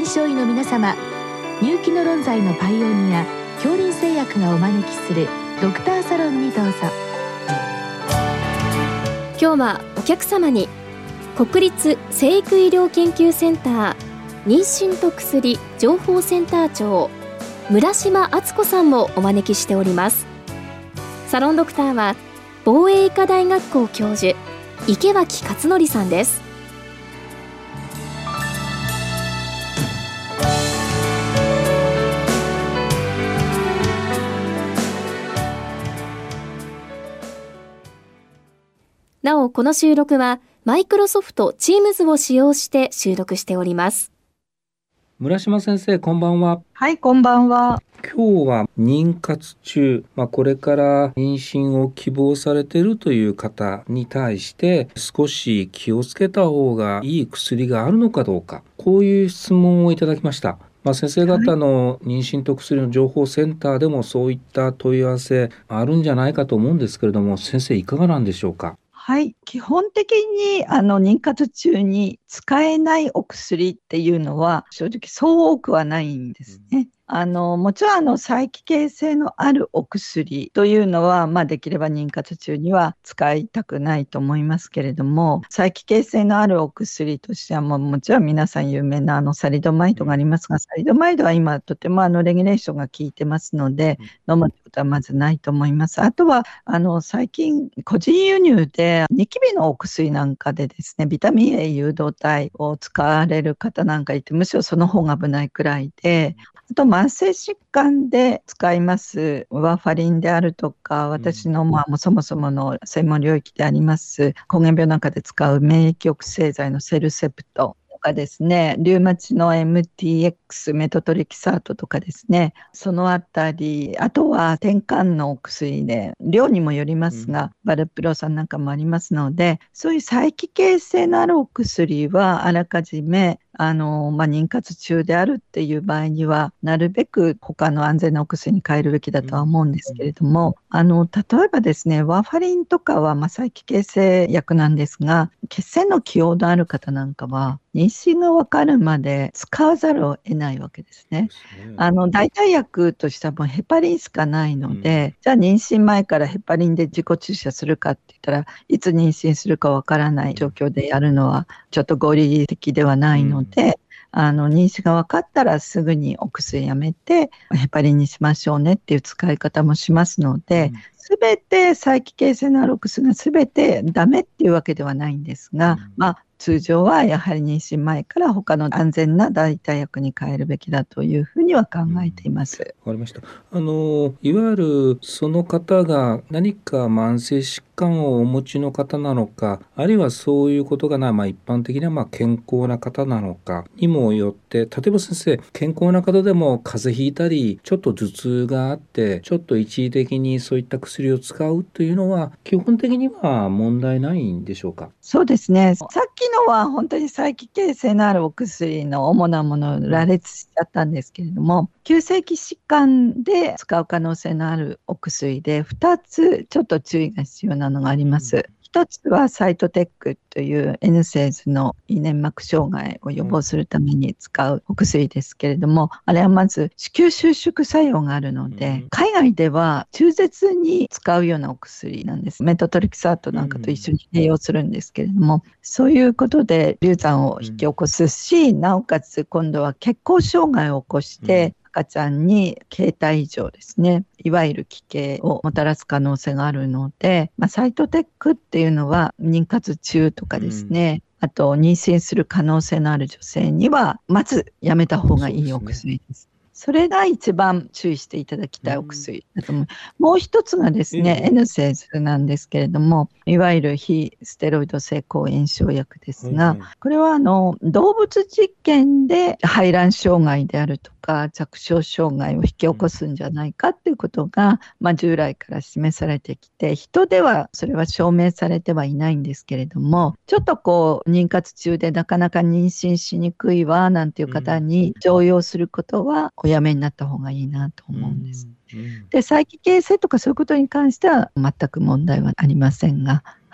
臨床医の皆様、入気の論剤のパイオニア杏林製薬がお招きするドクターサロンにどうぞ。 今日はお客様に国立成育医療研究センター妊娠と薬情報センター長村島敦子さんもお招きしております。サロンドクターは防衛医科大学校教授池脇勝則さんです。なお、この収録はマイクロソフト Teams を使用して収録しております。 村島先生、こんばんは。 はい、こんばんは。 今日は妊活中、これから妊娠を希望されているという方に対して少し気をつけた方がいい薬があるのかどうか、こういう質問をいただきました。先生方の妊娠と薬の情報センターでもそういった問い合わせあるんじゃないかと思うんですけれども、先生いかがなんでしょうか？ はい、基本的に妊活中に使えないお薬っていうのは正直そう多くはないんですね。もちろん催奇形性のあるお薬というのは、できれば妊活中には使いたくないと思いますけれども、催奇形性のあるお薬としてはもちろん皆さん有名なサリドマイドがありますが、サリドマイドは今とてもレギュレーションが効いてますので、飲むことはまずないと思います。あとは最近個人輸入でニキビのお薬なんかでですね、ビタミン A 誘導体を使われる方なんかいて、むしろその方が危ないくらいで、あと慢性疾患で使いますワーファリンであるとか、私のそもそもの専門領域であります膠原病なんかで使う免疫抑制剤のセルセプトとかですね、リウマチの MTX メトトレキサートとかですね、そのあたり、あとは転換のお薬で量にもよりますが、バルプロ酸なんかもありますので、そういう催奇形性のあるお薬はあらかじめ妊活中であるっていう場合にはなるべく他の安全なお薬に変えるべきだとは思うんですけれども、例えばですね、ワーファリンとかは催奇形性薬なんですが、血栓の既往のある方なんかは妊娠が分かるまで使わざるを得ないわけですね。代替薬としてはもうヘパリンしかないので、じゃあ妊娠前からヘパリンで自己注射するかって言ったらいつ妊娠するか分からない状況でやるのはちょっと合理的ではないので、妊娠が分かったらすぐにお薬やめてヘパリンにしましょうねっていう使い方もしますので、すべて催奇形性のあるお薬がすべてダメっていうわけではないんですが、通常はやはり妊娠前から他の安全な代替薬に変えるべきだというふうには考えています。 わかりました。いわゆるその方が何か慢性疾患をお持ちの方なのか、あるいはそういうことがない、一般的な健康な方なのかにもよって、例えば先生、健康な方でも風邪ひいたりちょっと頭痛があってちょっと一時的にそういった薬を使うというのは基本的には問題ないんでしょうか？ そうですね。さっきのは本当に催奇形性のあるお薬の主なものを羅列しちゃったんですけれども、急性期疾患で使う可能性のあるお薬で2つちょっと注意が必要なのがあります。一つはサイトテックという NSAIDs の胃粘膜障害を予防するために使うお薬ですけれども、あれはまず子宮収縮作用があるので、海外では中絶に使うようなお薬なんです。メトトレキサートなんかと一緒に併用するんですけれども、そういうことで流産を引き起こすし、なおかつ今度は血行障害を起こして赤ちゃんに形態異常ですね、いわゆる奇形をもたらす可能性があるので、サイトテックっていうのは妊活中とかですね、あと妊娠する可能性のある女性にはまずやめた方がいいお薬です。それが一番注意していただきたいお薬だと思う。もう一つがですね、NSAIDs なんですけれども、いわゆる非ステロイド性抗炎症薬ですが、これは動物実験で排卵障害であるとか着床障害を引き起こすんじゃないかっていうことが、従来から示されてきて、人ではそれは証明されてはいないんですけれども、ちょっと妊活中でなかなか妊娠しにくいわなんていう方に常用することはおやめになった方がいいなと思うんです。で、催奇形性とかそういうことに関しては全く問題はありませんが、はい。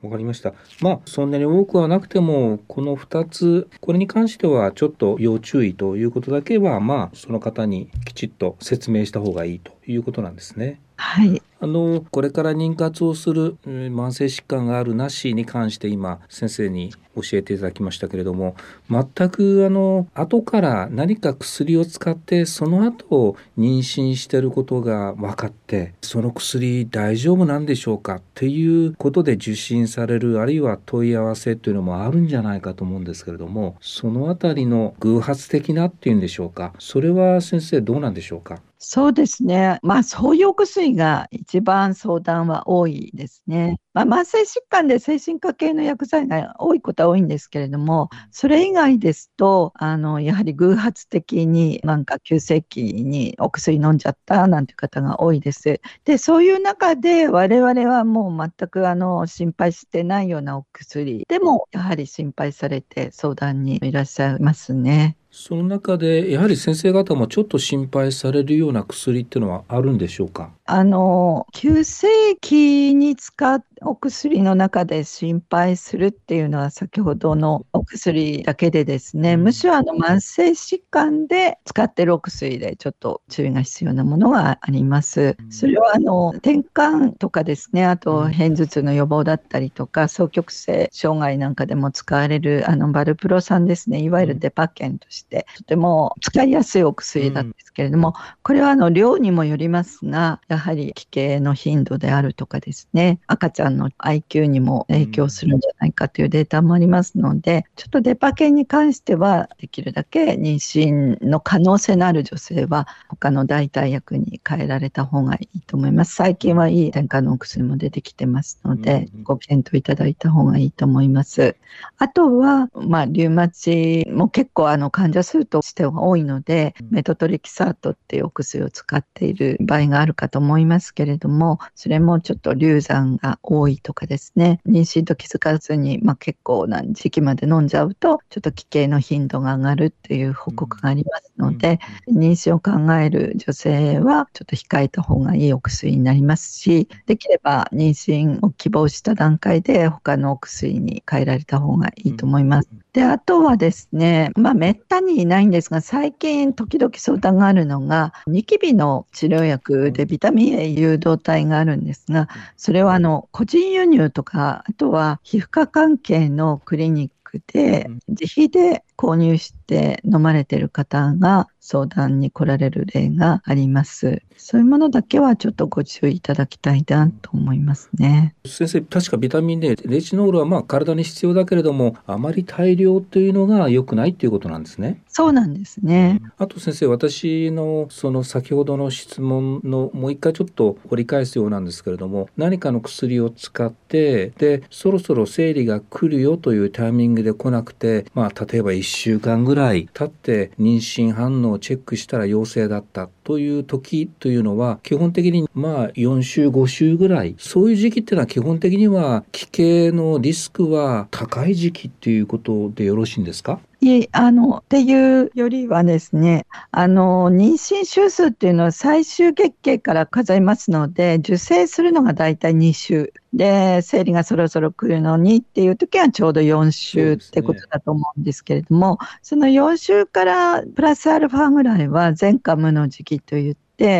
わかりました。そんなに多くはなくてもこの2つ、これに関してはちょっと要注意ということだけはその方にきちっと説明した方がいいということなんですね。 はい。 これから妊活をする慢性疾患があるなしに関して今先生に教えていただきましたけれども、全く後から何か薬を使ってその後妊娠していることが分かって、その薬大丈夫なんでしょうかっていうことで受診される、あるいは問い合わせというのもあるんじゃないかと思うんですけれども、そのあたりの偶発的なっていうんでしょうか、それは先生どうなんでしょうか。 そうですね。そういうお薬が一番相談は多いですね。慢性疾患で精神科系の薬剤が多いことは多いんですけれども、それ以外ですと、やはり偶発的に急性期にお薬飲んじゃったなんていう方が多いです。で、そういう中で我々はもう全く心配してないようなお薬でも、やはり心配されて相談にいらっしゃいますね。 その中でやはり先生方もちょっと心配されるような薬っていうのはあるんでしょうか。 急性期に使うお薬の中で心配するっていうのは先ほどのお薬だけでですね、むしろ慢性疾患で使っているお薬でちょっと注意が必要なものがあります。それは転換とかですね、あと片頭痛の予防だったりとか、双極性障害なんかでも使われるバルプロ酸ですね、いわゆるデパケンとしてとても使いやすいお薬なんですけれども、これは量にもよりますが、やはり奇形の頻度であるとかですね、赤ちゃんの IQ にも影響するんじゃないかというデータもありますので、ちょっとデパケンに関してはできるだけ妊娠の可能性のある女性は他の代替薬に変えられた方がいいと思います。最近はいい転換のお薬も出てきてますので、ご検討いただいた方がいいと思います。あとは、リウマチも結構患者数としては多いので、メトトレキサートっていうお薬を使っている場合があるかと思いますけれども、それもちょっと流産が多いとかですね、妊娠と気づかずに、結構な時期まで飲んじゃうとちょっと奇形の頻度が上がるっていう報告がありますので、妊娠を考える女性はちょっと控えた方がいいお薬になりますし、できれば妊娠を希望した段階で他のお薬に変えられた方がいいと思います。で、あとはですね、めったにいないんですが、最近時々相談があるのが、ニキビの治療薬でビタミン A 誘導体があるんですが、それは個人輸入とか、あとは皮膚科関係のクリニックで自費で購入して飲まれている方が相談に来られる例があります。そういうものだけはちょっとご注意いただきたいなと思いますね。 先生、確かビタミン A、レチノールは体に必要だけれども、あまり大量というのが良くないということなんですね。 そうなんですね。 あと先生、私のその先ほどの質問のもう一回ちょっと掘り返すようなんですけれども、何かの薬を使ってでそろそろ生理が来るよというタイミングで来なくて、例えば1週間ぐらい経って妊娠反応をチェックしたら陽性だったという時というのは、基本的に4週5週ぐらい、そういう時期っていうのは基本的には奇形のリスクは高い時期っていうことでよろしいんですか？ っていうよりはですね、妊娠週数っていうのは最終月経から数えますので、受精するのがだいたい2週で、生理がそろそろ来るのにっていう時はちょうど4週ってことだと思うんですけれども、その4週からプラスアルファぐらいは前科無の時期といって、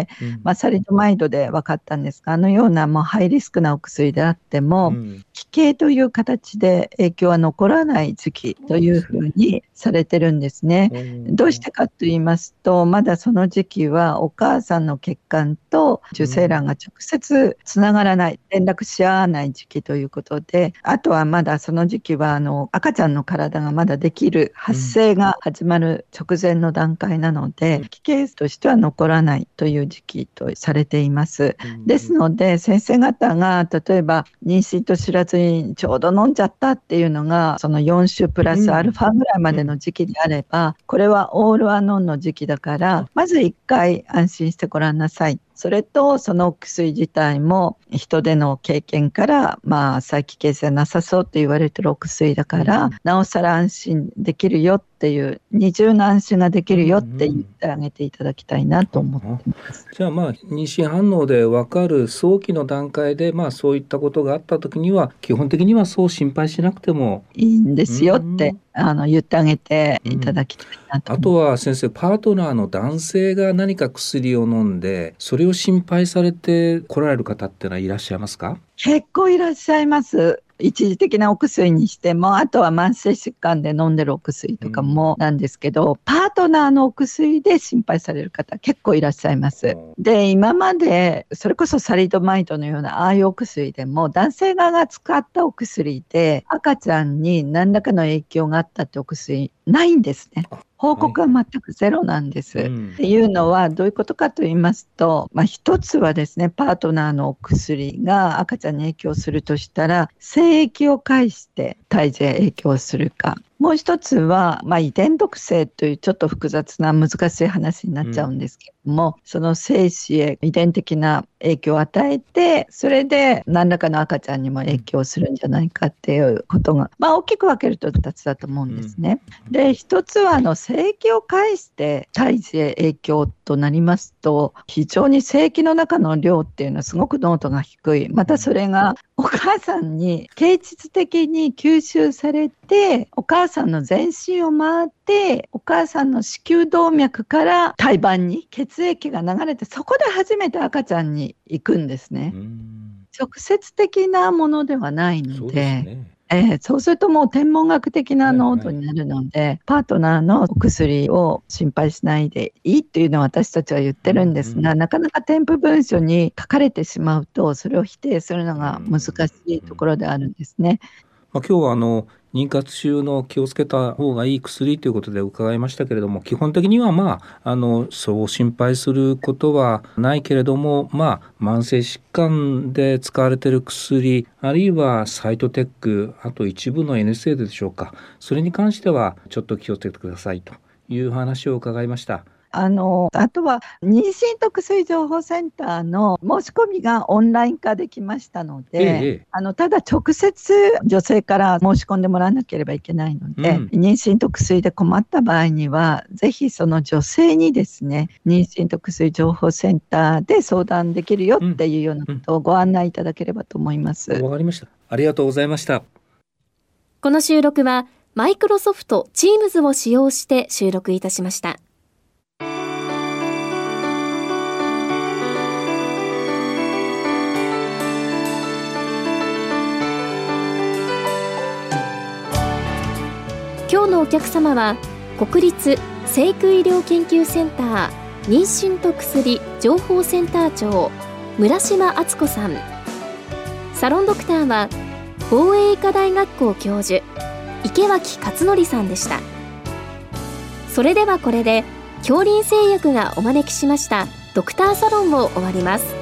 サリドマイドで分かったんですが、ようなハイリスクなお薬であっても、奇形という形で影響は残らない時期というふうにされてるんですね。どうしてかと言いますと、まだその時期はお母さんの血管と受精卵が直接つながらない、連絡し合わない時期ということで、あとはまだその時期は赤ちゃんの体がまだできる、発生が始まる直前の段階なので、奇形としては残らないという時期とされています。ですので、先生方が例えば妊娠と知らずにちょうど飲んじゃったっていうのが、その4週プラスアルファぐらいまでの時期であれば、これはオールアノンの時期だから、まず1回安心してごらんなさい。 それとその薬自体も人での経験から再帰形成なさそうと言われてるお薬だから、なおさら安心できるよっていう、二重の安心ができるよって言ってあげていただきたいなと思ってます。 じゃあ妊娠反応で分かる早期の段階でそういったことがあった時には基本的にはそう心配しなくてもいいんですよって言ってあげていただきたいなと。 あとは先生、パートナーの男性が何か薬を飲んでそれを心配されて来られる方ってのはいらっしゃいますか？ 結構いらっしゃいます。一時的なお薬にしても、あとは慢性疾患で飲んでるお薬とかもなんですけど、パートナーのお薬で心配される方結構いらっしゃいます。で、今までそれこそサリドマイドのようなああいうお薬でも男性側が使ったお薬で赤ちゃんに何らかの影響があったってお薬ないんですね。報告は全くゼロなんです。っていうのはどういうことかと言いますと、一つはですね、パートナーのお薬が赤ちゃんに影響するとしたら、精液を介して胎児へ影響するか。もう一つは、遺伝毒性というちょっと複雑な難しい話になっちゃうんですけども、その精子へ遺伝的な影響を与えて、それで何らかの赤ちゃんにも影響するんじゃないかっていうことが、大きく分けると2つだと思うんですね。で、一つは精液を介して胎児へ影響となりますと、非常に精液の中の量っていうのはすごく濃度が低い。またそれがお母さんに経腟的に吸収されて、お母さんの全身を回って、お母さんの子宮動脈から胎盤に血液が流れて、そこで初めて赤ちゃんに行くんですね。直接的なものではないので、そうするともう天文学的な濃度になるので、パートナーのお薬を心配しないでいいっていうのは私たちは言ってるんですが、なかなか添付文書に書かれてしまうと、それを否定するのが難しいところであるんですね。 今日は妊活中の気をつけた方がいい薬ということで伺いましたけれども、基本的にはそう心配することはないけれども、慢性疾患で使われている薬、あるいはサイトテック、あと一部の NSAID でしょうか、それに関してはちょっと気をつけてくださいという話を伺いました。 あとは妊娠と薬情報センターの申し込みがオンライン化できましたので、ただ直接女性から申し込んでもらわなければいけないので、妊娠と薬で困った場合にはぜひその女性にですね、妊娠と薬情報センターで相談できるよっていうようなことをご案内いただければと思います。 わかりました。ありがとうございました。 この収録はマイクロソフト Teams を使用して収録いたしました。今日のお客様は国立成育医療研究センター妊娠と薬情報センター長村島敦子さん、サロンドクターは防衛医科大学校教授池脇勝則さんでした。それではこれで杏林製薬がお招きしましたドクターサロンを終わります。